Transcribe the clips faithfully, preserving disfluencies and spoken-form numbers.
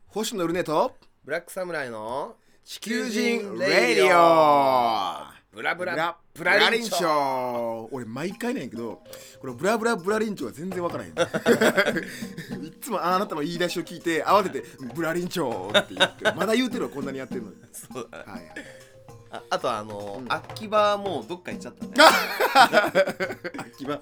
星野ルネとブラックサムライの地球人レディオブラブラブラリンチョ。俺毎回なんやけどこのブラブラブラリンチョが全然わからへんいつもあなたの言い出しを聞いて慌ててブラリンチョって言ってまだ言うてるわ、こんなにやってるのに。 そうだ、 はいはい、 あ, あとあの、 うん、 秋葉もうどっか行っちゃったね秋葉、 はい、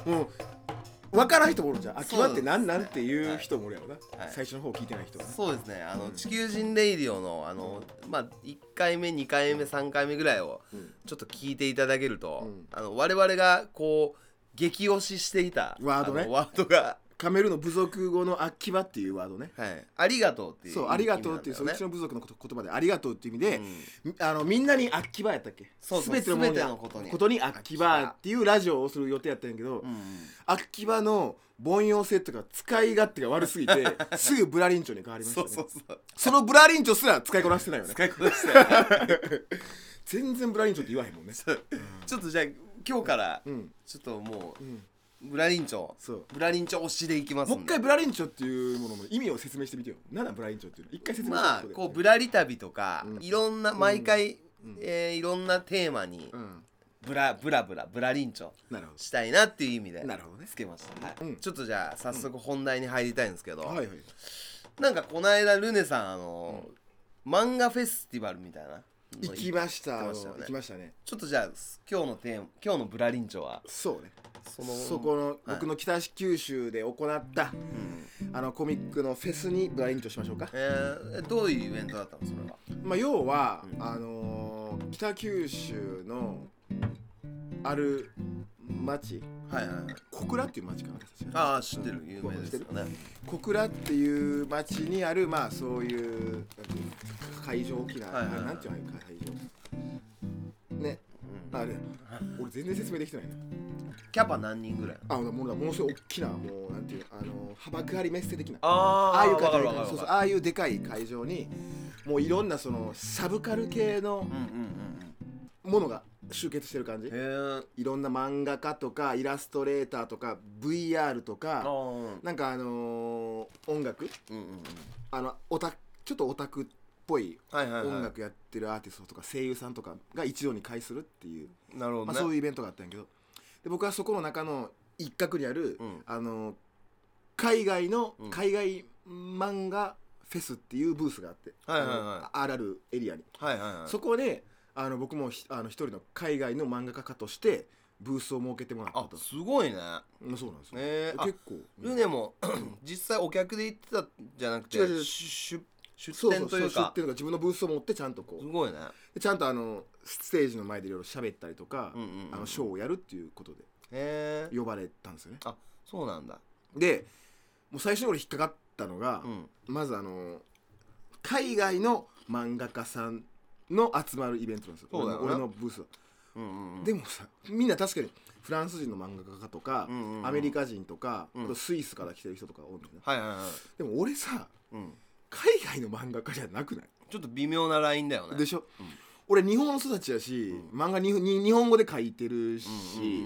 もう分からん人もおるじゃん。秋葉って何、ね、なんていう人もおるやろな、 はい、 最初の方聞いてない人は。 そうですね、あの、うん、地球人レイディオのあの、まあ、いっかいめにかいめさんかいめぐらいをちょっと聞いていただけると、うん、あの我々がこう激推ししていたワードね、 ワードがカメルの部族語の秋葉っていうワードね、 はい、ありがとうっていう、 そう、ありがとうっていう、そう、うちの部族の言葉でありがとうっていう意味で、うん、あのみんなに秋葉やったっけ。 そうそう、 全てのものにことにことに秋葉っていうラジオをする予定やったんやけど、うん、秋葉の凡庸性とか使い勝手が悪すぎてすぐブラリンチョに変わりましたね。そうそうそう、そのブラリンチョすら使いこなしてないよね。 使いこなしてない全然ブラリンチョって言わへんもんね。 ちょっとじゃあ今日からちょっともう、うん、ブラリンチョ、そうブラリンチョ推しでいきますんで、 もう一回ブラリンチョっていうものの意味を説明してみてよ。何なんブラリンチョっていうの一回説明してみて。 まあこうぶらり旅とか、うん、いろんな毎回、うんえー、いろんなテーマに、うんブラブラブラブラリンチョしたいなっていう意味でつけました、ね、はいうん、ちょっとじゃあ早速本題に入りたいんですけど、うんはいはい、なんかこの間ルネさんあの、うん、漫画フェスティバルみたいな行きました、 行きましたね。 ちょっとじゃあ今日のテーマ、今日のブラリンチョはそうね、そのそこの僕の北九州で行った、うん、あのコミックのフェスにブラリンチョしましょうか。 えー、どういうイベントだったのそれは。 まあ要は、うん、あのー、北九州のある町、はいはいはい、小倉っていう町かな。ああ知ってる、有名ですよね。 小倉っていう町にあるまあそういう会場、大きな、はいはいはい、なんていうの会場ね、うん、あれ俺全然説明できてないな。 キャパ何人ぐらい？ あ、もうものすごい大きな、もうなんていう、あの幅幕張メッセ的な、 あああいう会場、そうそう、ああいうでかい会場にもういろんなそのサブカル系のものが集結してる感じ。いろんな漫画家とかイラストレーターとか ブイアール とかなんかあのー、音楽、うんうんうん、あのオタちょっとオタクっぽい音楽やってるアーティストとか声優さんとかが一堂に会するっていう、 なるほどね、 まあ、そういうイベントがあったんやけど、で僕はそこの中の一角にある、うん、あのー、海外の、うん、海外漫画フェスっていうブースがあって、はいはいはい、あ, あるあるエリアに、はいはいはい、そこであの僕もあの一人の海外の漫画家としてブースを設けてもらったと。 あ、すごいね。 うん、そうなんですよ、 えー、結構ルネも実際お客で行ってたじゃなくて、違う違う、出店というか、そうそうそう、出店というか自分のブースを持ってちゃんとこう、すごいね、 でちゃんとあのステージの前でいろいろ喋ったりとか、うんうんうん、あのショーをやるっていうことで、えー、呼ばれたんですよね。 あ、そうなんだ。 でもう最初に俺引っかかったのが、うん、まずあの海外の漫画家さんの集まるイベントなんですよ。そうだよね、俺のブースは、うんうんうん、でもさ、みんな確かにフランス人の漫画家とか、うんうんうん、アメリカ人とか、うん、あとスイスから来てる人とか多いんだよね、はいはいはい、でも俺さ、うん、海外の漫画家じゃなくない？ ちょっと微妙なラインだよね。 でしょ、うん、俺日本育ちやし、うん、漫画に日本語で書いてるし、うんうんうんうん、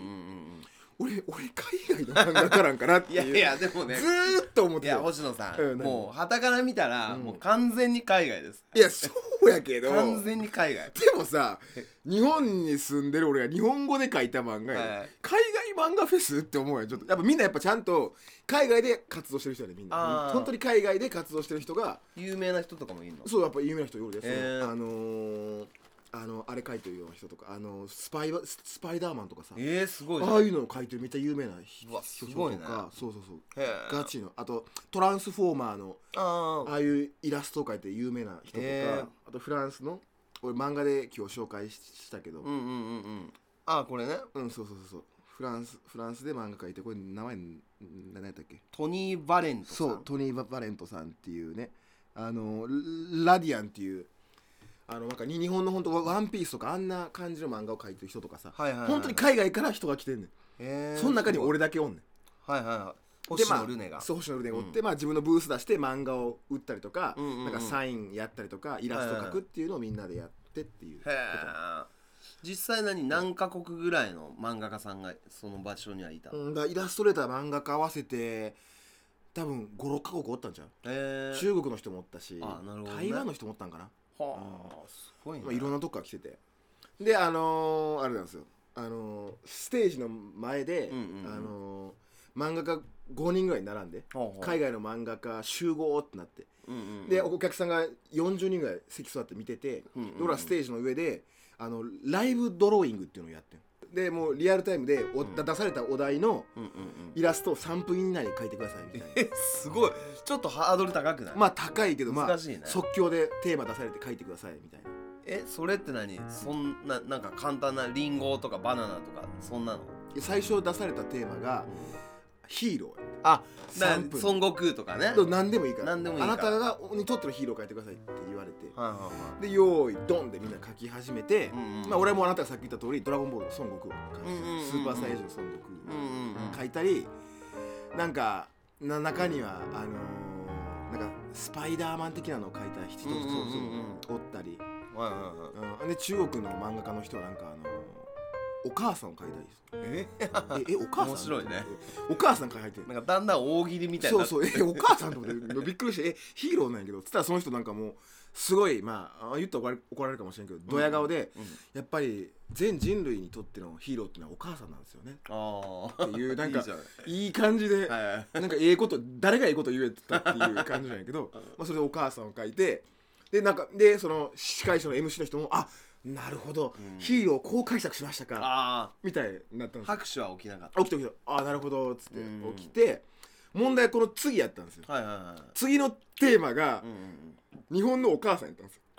俺, 俺海外の漫画家なんかなっていういやいやでもね、 ずーっと思ってた。 いや星野さん、うん、もう傍から見たら、うん、もう完全に海外です。 いやそうやけど完全に海外でもさ、日本に住んでる俺が日本語で書いた漫画や、はい、海外漫画フェスって思うやん。ちょっとやっぱみんなやっぱちゃんと海外で活動してる人やね、みんな本当に海外で活動してる人が、 有名な人とかもいるの？ そうやっぱ有名な人いるで、えー、あのーあのあれ書いてるような人とか、あのスパイスパイダーマンとかさ、 えー、すごい、 ああいうのを書いてるめっちゃ有名な人とか、 すごいね、 そうそうそう、ガチの、あとトランスフォーマーの あ, ああいうイラストを描いて有名な人とか、えー、あとフランスの俺漫画で今日紹介したけど、うんうんうんうん、 あこれね、 うん、そうそうそう、フランスフランスで漫画描いて、これ名前何やったっけ、 トニー・バレントさん、 そうトニー・バレントさんっていうね、あのラディアンっていうあのなんか日本の本当ワンピースとかあんな感じの漫画を描いてる人とかさ、はいはいはい、本当に海外から人が来てんねん、えー、その中に俺だけおんねん、 はいはいはい、星野ルネが、 まあ、そう星野ルネがおって、うん、まあ、自分のブース出して漫画を売ったりとか、うんうんうん、なんかサインやったりとかイラスト描くっていうのをみんなでやってっていうこと、はいはい、 実際何何カ国ぐらいの漫画家さんがその場所にはいたの？ うん、だイラストレーター漫画家合わせて多分ごろっかこくおったんちゃう、 えー、 中国の人もおったし、 あ、なるほどね、 台湾の人もおったんかな、 はあ、うん、すごいね、 まあ、いろんなとこから来てて、であのー、あれなんですよ、あのー、ステージの前で、うんうんうん、あのー、漫画家ごにんぐらい並んで、ほうほう、海外の漫画家集合ってなって、うんうんうん、でお客さんがよんじゅうにんぐらい席座って見てて、うんうんうん、俺はステージの上であのライブドローイングっていうのをやってる。でもうリアルタイムでお、うん、出されたお題のイラストをさんぷん以内に描いてくださいみたいな。 え、すごい、ちょっとハードル高くない？ まあ高いけど、 難しいね、 まあ、即興でテーマ出されて描いてくださいみたいな。 え、それって何？そんな、なんか簡単なリンゴとかバナナとかそんなの？ 最初出されたテーマがヒーロー。 あ、さんぷん孫悟空とかね、 何でもいいから、 何でもいいから、 あなたがにとってのヒーローを描いてくださいって言われて、 はいはいはい、 で用意ドンでみんな描き始めて、うんうん、まあ、俺もあなたがさっき言った通りドラゴンボールの孫悟空を描いたり、うんうんうん、スーパーサイヤ人の孫悟空を描いたり、なんかな中にはあのー、なんかスパイダーマン的なのを描いた人とおったり、うん、で中国の漫画家の人はなんかあのーお母さんを描いたりえええお母さん面白いね、 お母さん描いてる、 なんかだんだん大喜利みたいな、 そうそう、えお母さんと思ってびっくりして、えヒーローなんやけどつったらその人なんかもうすごい、まあ言ったら怒られ怒られるかもしれんけど、ドヤ顔で、うんうん、やっぱり全人類にとってのヒーローっていうのはお母さんなんですよねあっていうなんかいい感じで、なんかええこと誰がええこと言えたっていう感じなんやけどまあそれでお母さんを描いて、でなんかでその司会者の エムシー の人もあなるほど、うん、ヒーローこう解釈しましたかあみたいになったんです。 拍手は起きなかった。 起きて起きて、あなるほどっつって起きて、うん、問題はこの次やったんですよ、 はいはいはい、 次のテーマが、うん、日本のお母さんやったんですよ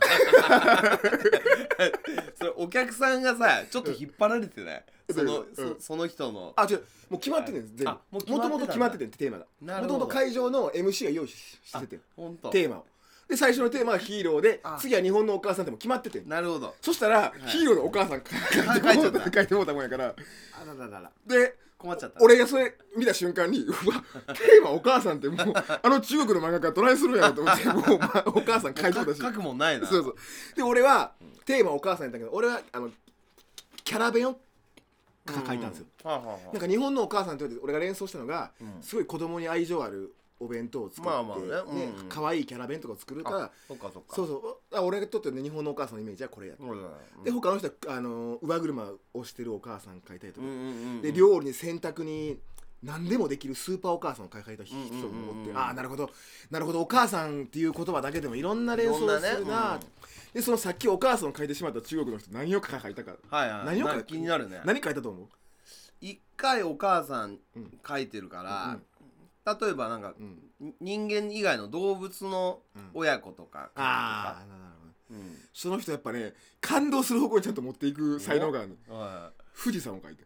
それお客さんがさちょっと引っ張られてない、うん、その、うん、そ, その人のあ違うもう決まってるんです、全部もともと決まっててんテーマがもともと会場の エムシー が用意しててテーマをで最初のテーマはヒーローで次は日本のお母さんっても決まってて、 なるほど、 そしたら、はい、ヒーローのお母さん書いてもうたもんやから、 あららららで困っちゃった、 俺がそれ見た瞬間にうわテーマお母さんってもうあの中国の漫画家トライするんやろと思ってもう、ま、お母さん書いてたし書くもんないな、 そうそうで俺はテーマお母さんやったけど俺はあのキャラ弁を書いたんですよ、うんうん、なんか日本のお母さんって俺が連想したのが、うん、すごい子供に愛情あるお弁当を作って、まあまあね、うんうん、可愛いキャラ弁とかを作るからそっかそっかそうそう俺がとって、ね、日本のお母さんのイメージはこれやった、うんうん、で他の人はあの乳母車をしてるお母さん描いたりとか、うんうんうん、で料理に洗濯に何でもできるスーパーお母さんを描いた人もおって、うんうんうん、ああなるほどなるほどお母さんっていう言葉だけでもいろんな連想するな、ねうん、でそのさっきお母さんを描いてしまった中国の人何を描いたか、 はいはい、 何を描いた気になるね、 何描いたと思う？ 一回お母さん描いてるから、うんうん例えばなんか、うん、人間以外の動物の親子とか、 うん、ああなるほど、うん、その人やっぱね感動する方向にちゃんと持っていく才能があるの、はい、富士山を描いて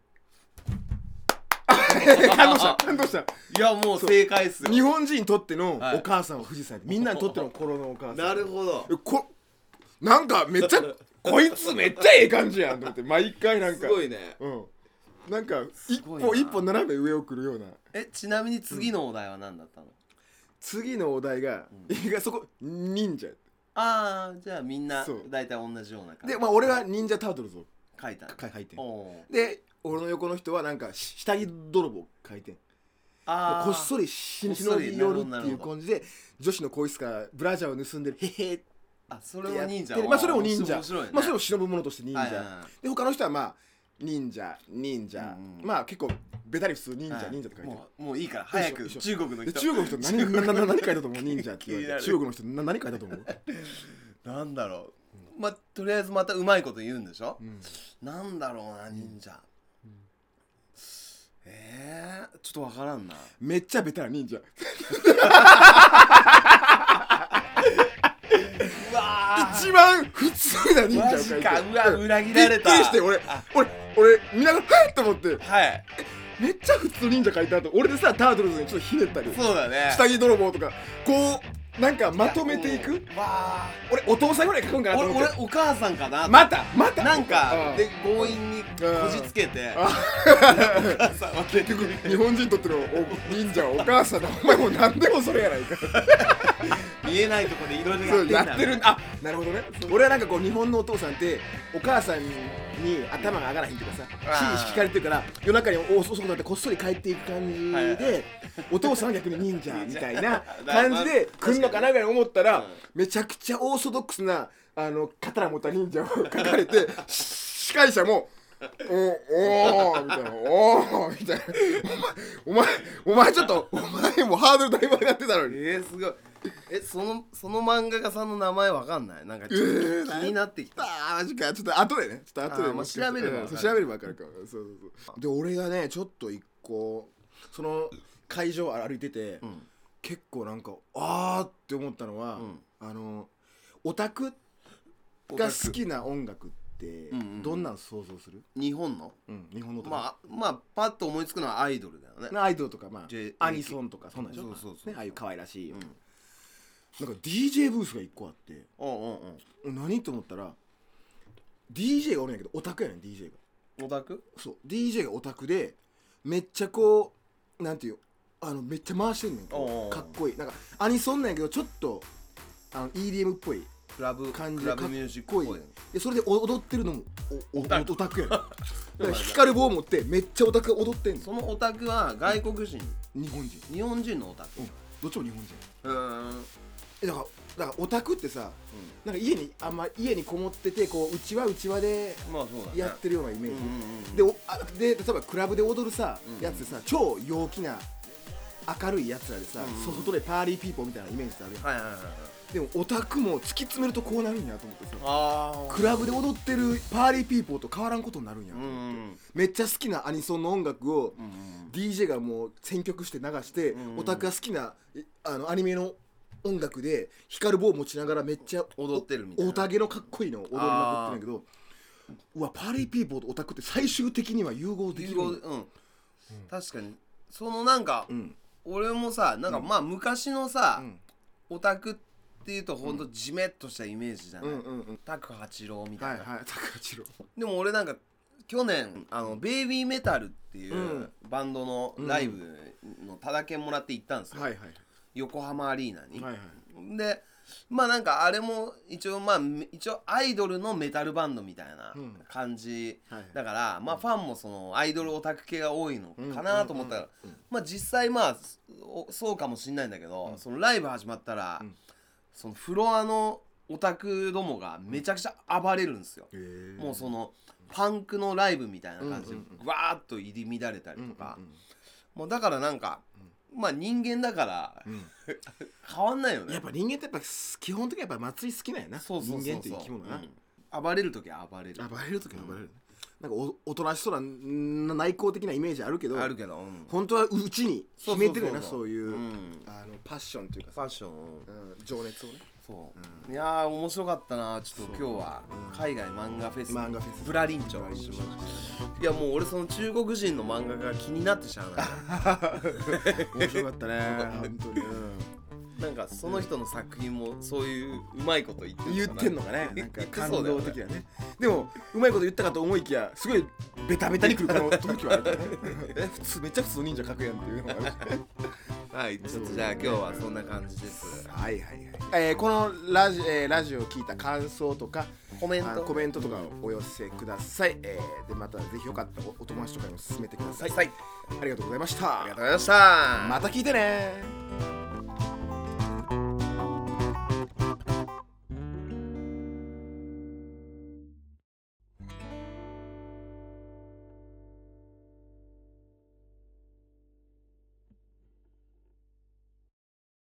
感動した感動したいやもう正解っすよ日本人にとってのお母さんは富士山、はい、みんなにとっての心のお母さんなるほどこなんかめっちゃこいつめっちゃええ感じやんと思って毎回なんかすごいねうんなんか一歩一歩斜め上を来るようなえちなみに次のお題は何だったの、うん、 次のお題が、うん、そこ忍者ああじゃあみんな大体同じような感じでまあ俺は忍者タートルズを書いた書いてで俺の横の人はなんか下着泥棒書いてあこっそり忍び寄るっていう感じで女子の更衣室からブラジャーを盗んでるへへあそれも忍者まあそれも忍者、 面白いね、 まあそれも忍ぶ者として忍者、はいはいはい、で他の人はまあ忍者忍者、うんうん、まあ結構ベタリ普通忍者、はい、忍者って書いてもう、もういいから早く中国の人中国の人何何何書いたと思う忍者って言われて中国の人何書いたと思うなんだろう、うん、まあとりあえずまたうまいこと言うんでしょ、うん、なんだろうな忍者、うん、えー、ちょっとわからんなめっちゃベタな忍者うわ一番普通な忍者を書いてうわ裏切られたびっくりして俺俺俺見ながらはいと思ってはいめっちゃ普通忍者書いた後俺でさタートルズにちょっとひねったりそうだね下着泥棒とかこうなんかまとめていくわ俺お父さんぐらい書くんかなと思って俺お母さんかなまたまたなんかで強引にこじつけて結局日本人にとっての忍者はお母さんだお前もう何でもそれやないか見えないとこでいろいろやってるあなるほどね俺はなんかこう日本のお父さんってお母さんに頭が上がらへんっていうかさ指示引かれてるから夜中に遅くなってこっそり帰っていく感じでお父さんは逆に忍者みたいな感じで来るのかなぐらい思ったら、めちゃくちゃオーソドックスなあの刀持った忍者を描かれて司会者もおおーみたいなおーみたいなお前お前お前ちょっとお前もハードルだいぶ上がってたのにえー、すごいえそのその漫画家さんの名前わかんないなんかちょっと気になってきた、 あーマジかちょっと後でねちょっと後でまあ、調べれば分かる調べれば分かるからそうそうそうで俺がねちょっと一個その会場歩いてて、うん、結構なんかあーって思ったのは、うん、あのオタクが好きな音楽ってどんなん想像する？ 日本の？ うん、日本のとかまあまあパッと思いつくのはアイドルだよね。 アイドルとかまあアニソンとかそんなんでしょ。そうそうそう、ね、ああいう可愛らしい、うん、なんか ディージェー ブースが一個あって、うんうんうん、何と思ったら ディージェー がおるんやけどオタクやねん ディージェー が。 オタク？ そう ディージェー がオタクでめっちゃこうなんていうあのめっちゃ回してんねんけどかっこいいなんかアニソンなんやけどちょっとあの イーディーエム っぽいクラブ感じでかっこいい。 ミュージックっぽいでそれで踊ってるのもおおオタクやねんだから光る棒持ってめっちゃオタクが踊ってんの。 そのオタクは外国人？ 日本人。 日本人のオタク、 うん、どっちも日本人。 うんえだからだからオタクってさ、うん、なんか家にあんま家にこもっててこううちわうちわでやってるようなイメージ、まあね、で, おあで例えばクラブで踊るさ、うん、やつでさ超陽気な明るいやつらでさ、うん、外でパーリーピーポーみたいなイメージってあるやん、はいはいはいはい、でもオタクも突き詰めるとこうなるんやと思ってさあクラブで踊ってるパーリーピーポーと変わらんことになるんやと思って、うん、めっちゃ好きなアニソンの音楽を、うん、ディージェー がもう選曲して流して、うん、オタクが好きなあのアニメの音楽で光る棒を持ちながらめっちゃ踊ってるみたいなオタゲのかっこいいのを踊りまくってるんやけどうわパーリーピーポーとオタクって最終的には融合できる、うんうん、 確かにそのなんか、うん、俺もさなんかまあ昔のさ、うん、オタクっていうとほんとジメッとしたイメージじゃない、うんうんうん、拓八郎みたいな、はいはい、拓八郎でも俺なんか去年あのベイビーメタルっていうバンドのライブのタダ券もらって行ったんですよ、はいはい横浜アリーナに、はいはい、でまあなんかあれも一応まあ一応アイドルのメタルバンドみたいな感じ、うんはいはい、だからまあファンもそのアイドルオタク系が多いのかなと思ったら、うんうんうん、まあ実際まあそうかもしんないんだけど、うん、そのライブ始まったら、うん、そのフロアのオタクどもがめちゃくちゃ暴れるんですよ、うん、もうそのパンクのライブみたいな感じでわーっと入り乱れたりとか、うんうんうん、もうだからなんかまあ人間だから、うん、変わんないよね。 やっぱ人間ってやっぱ基本的にやっぱ祭り好きなんやな。そうそうそうそう人間っていう生き物な、 うん、暴れるときは暴れる暴れるときは暴れる、うん、なんか お, おとなしそうな内向的なイメージあるけどあるけど、うん、 本当はうちに秘めてるよなそういう、うん、あのパッションというかパッション、うん、 情熱をねそう、うん、いやー面白かったなちょっと今日は海外漫画フェス漫画フェスブラリンチョいやもう俺その中国人の漫画が気になってしゃあない面白かったね本当に、 うん、なんかその人の作品もそういううまいこと言ってる言ってんのかねなんか感動的だねでもうまいこと言ったかと思いきやすごいベタベタにくるから時はあるからねえ普通めっちゃ普通忍者描くやんっていうのがあるしはいちょっとじゃあ今日はそんな感じですはいはいはい、えー、このラジ、えー、ラジオを聞いた感想とかコメントコメントとかをお寄せください、えー、でまたぜひよかったら お, お友達とかにも勧めてください、はい、ありがとうございましたありがとうございましたまた聞いてね